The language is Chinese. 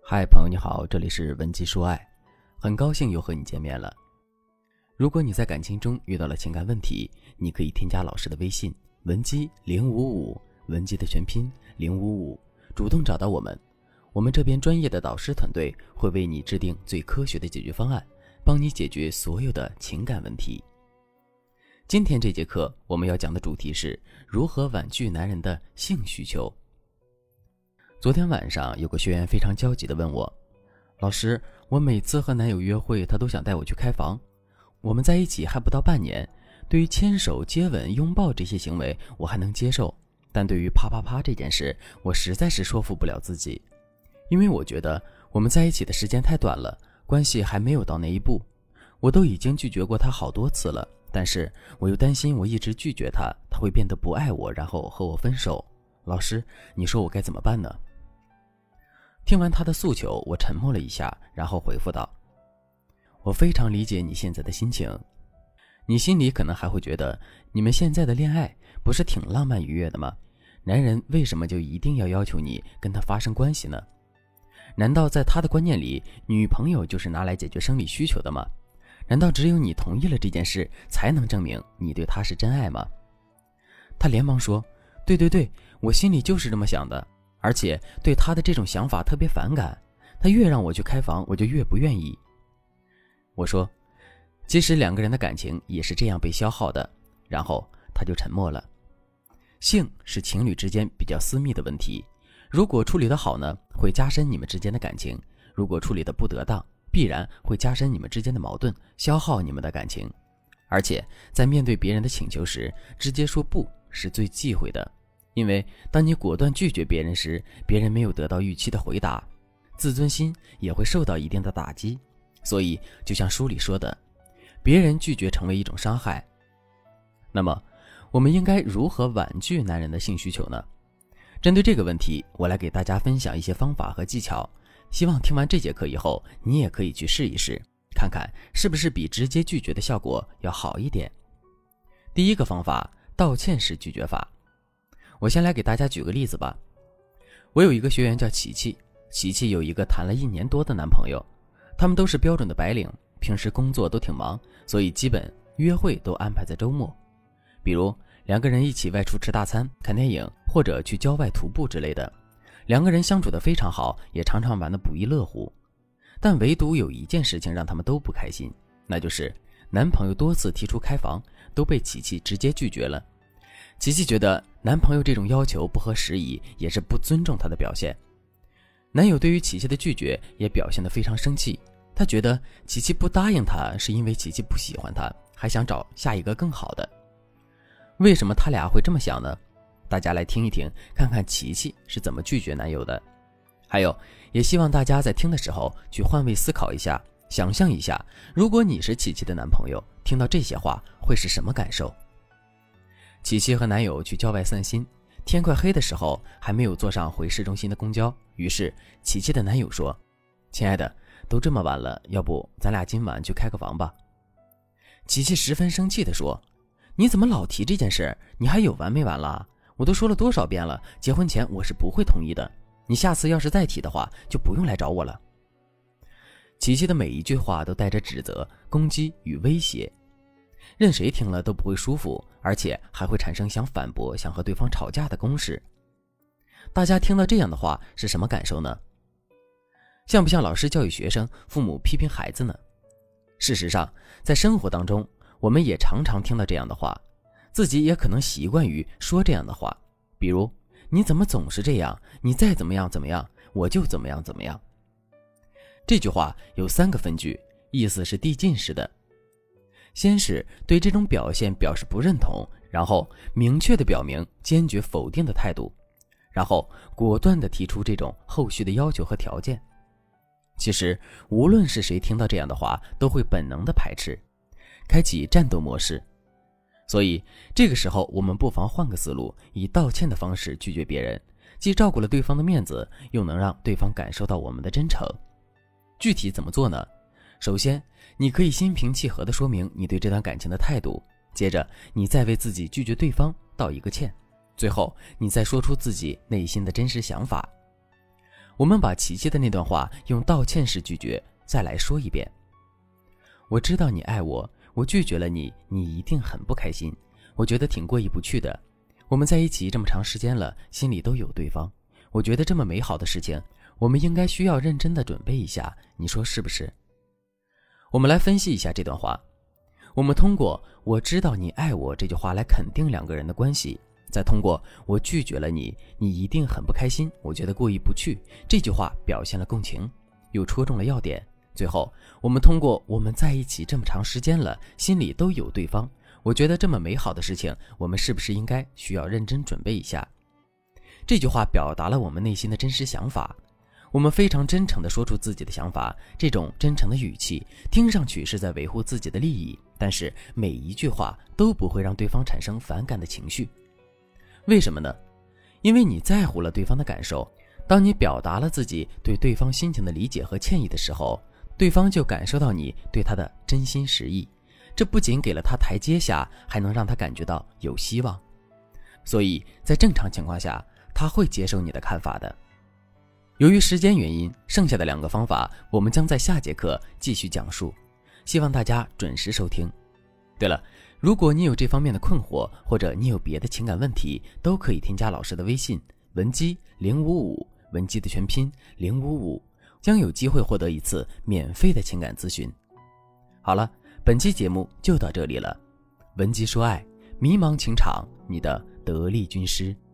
嗨，朋友你好，这里是文姬说爱，很高兴又和你见面了。如果你在感情中遇到了情感问题，你可以添加老师的微信文姬055，文姬的全拼055，主动找到我们，我们这边专业的导师团队会为你制定最科学的解决方案，帮你解决所有的情感问题。今天这节课我们要讲的主题是如何婉拒男人的性需求。昨天晚上有个学员非常焦急地问我，老师，我每次和男友约会，他都想带我去开房，我们在一起还不到半年，对于牵手、接吻、拥抱这些行为我还能接受，但对于啪啪啪这件事，我实在是说服不了自己，因为我觉得我们在一起的时间太短了，关系还没有到那一步，我都已经拒绝过他好多次了，但是我又担心我一直拒绝他，他会变得不爱我，然后和我分手。老师，你说我该怎么办呢？听完他的诉求，我沉默了一下，然后回复道，我非常理解你现在的心情，你心里可能还会觉得你们现在的恋爱不是挺浪漫愉悦的吗？男人为什么就一定要求你跟他发生关系呢？难道在他的观念里，女朋友就是拿来解决生理需求的吗？难道只有你同意了这件事才能证明你对他是真爱吗？他连忙说，对，我心里就是这么想的，而且对他的这种想法特别反感，他越让我去开房，我就越不愿意。我说，其实两个人的感情也是这样被消耗的，然后他就沉默了。性是情侣之间比较私密的问题，如果处理得好呢，会加深你们之间的感情，如果处理得不得当，必然会加深你们之间的矛盾，消耗你们的感情。而且在面对别人的请求时，直接说不是最忌讳的，因为当你果断拒绝别人时，别人没有得到预期的回答，自尊心也会受到一定的打击。所以就像书里说的，别人拒绝成为一种伤害。那么我们应该如何婉拒男人的性需求呢？针对这个问题，我来给大家分享一些方法和技巧，希望听完这节课以后，你也可以去试一试，看看是不是比直接拒绝的效果要好一点。第一个方法，道歉式拒绝法。我先来给大家举个例子吧。我有一个学员叫琪琪，琪琪有一个谈了1年多的男朋友，他们都是标准的白领，平时工作都挺忙，所以基本约会都安排在周末，比如两个人一起外出吃大餐、看电影，或者去郊外徒步之类的。两个人相处得非常好，也常常玩得不亦乐乎。但唯独有一件事情让他们都不开心，那就是男朋友多次提出开房，都被琪琪直接拒绝了。琪琪觉得男朋友这种要求不合时宜，也是不尊重她的表现。男友对于琪琪的拒绝也表现得非常生气，他觉得琪琪不答应他是因为琪琪不喜欢他，还想找下一个更好的。为什么他俩会这么想呢？大家来听一听，看看琪琪是怎么拒绝男友的。还有，也希望大家在听的时候去换位思考一下，想象一下，如果你是琪琪的男朋友，听到这些话会是什么感受？琪琪和男友去郊外散心，天快黑的时候还没有坐上回市中心的公交，于是琪琪的男友说，亲爱的，都这么晚了，要不咱俩今晚去开个房吧。琪琪十分生气地说，你怎么老提这件事？你还有完没完了？我都说了多少遍了，结婚前我是不会同意的，你下次要是再提的话，就不用来找我了。琪琪的每一句话都带着指责、攻击与威胁，任谁听了都不会舒服，而且还会产生想反驳、想和对方吵架的攻势。大家听到这样的话是什么感受呢？像不像老师教育学生，父母批评孩子呢？事实上，在生活当中，我们也常常听到这样的话，自己也可能习惯于说这样的话，比如，你怎么总是这样？你再怎么样怎么样，我就怎么样怎么样。这句话有3个分句，意思是递进式的。先是对这种表现表示不认同，然后明确地表明坚决否定的态度，然后果断地提出这种后续的要求和条件。其实无论是谁听到这样的话，都会本能地排斥，开启战斗模式。所以这个时候我们不妨换个思路，以道歉的方式拒绝别人，既照顾了对方的面子，又能让对方感受到我们的真诚。具体怎么做呢？首先，你可以心平气和地说明你对这段感情的态度，接着你再为自己拒绝对方道一个歉，最后你再说出自己内心的真实想法。 我们把琪琪的那段话用道歉式拒绝再来说一遍。我知道你爱我，我拒绝了你，你一定很不开心，我觉得挺过意不去的。我们在一起这么长时间了，心里都有对方，我觉得这么美好的事情，我们应该需要认真的准备一下，你说是不是？我们来分析一下这段话。我们通过我知道你爱我这句话来肯定两个人的关系，再通过我拒绝了你，你一定很不开心，我觉得过意不去这句话表现了共情，又戳中了要点。最后我们通过我们在一起这么长时间了，心里都有对方，我觉得这么美好的事情，我们是不是应该需要认真准备一下？这句话表达了我们内心的真实想法，我们非常真诚地说出自己的想法，这种真诚的语气听上去是在维护自己的利益，但是每一句话都不会让对方产生反感的情绪。为什么呢？因为你在乎了对方的感受，当你表达了自己对对方心情的理解和歉意的时候，对方就感受到你对他的真心实意，这不仅给了他台阶下，还能让他感觉到有希望。所以在正常情况下，他会接受你的看法的。由于时间原因，剩下的2个方法我们将在下节课继续讲述，希望大家准时收听。对了，如果你有这方面的困惑，或者你有别的情感问题，都可以添加老师的微信文姬055，文姬的全拼055，将有机会获得一次免费的情感咨询。好了，本期节目就到这里了。文姬说爱，迷茫情场，你的得力军师。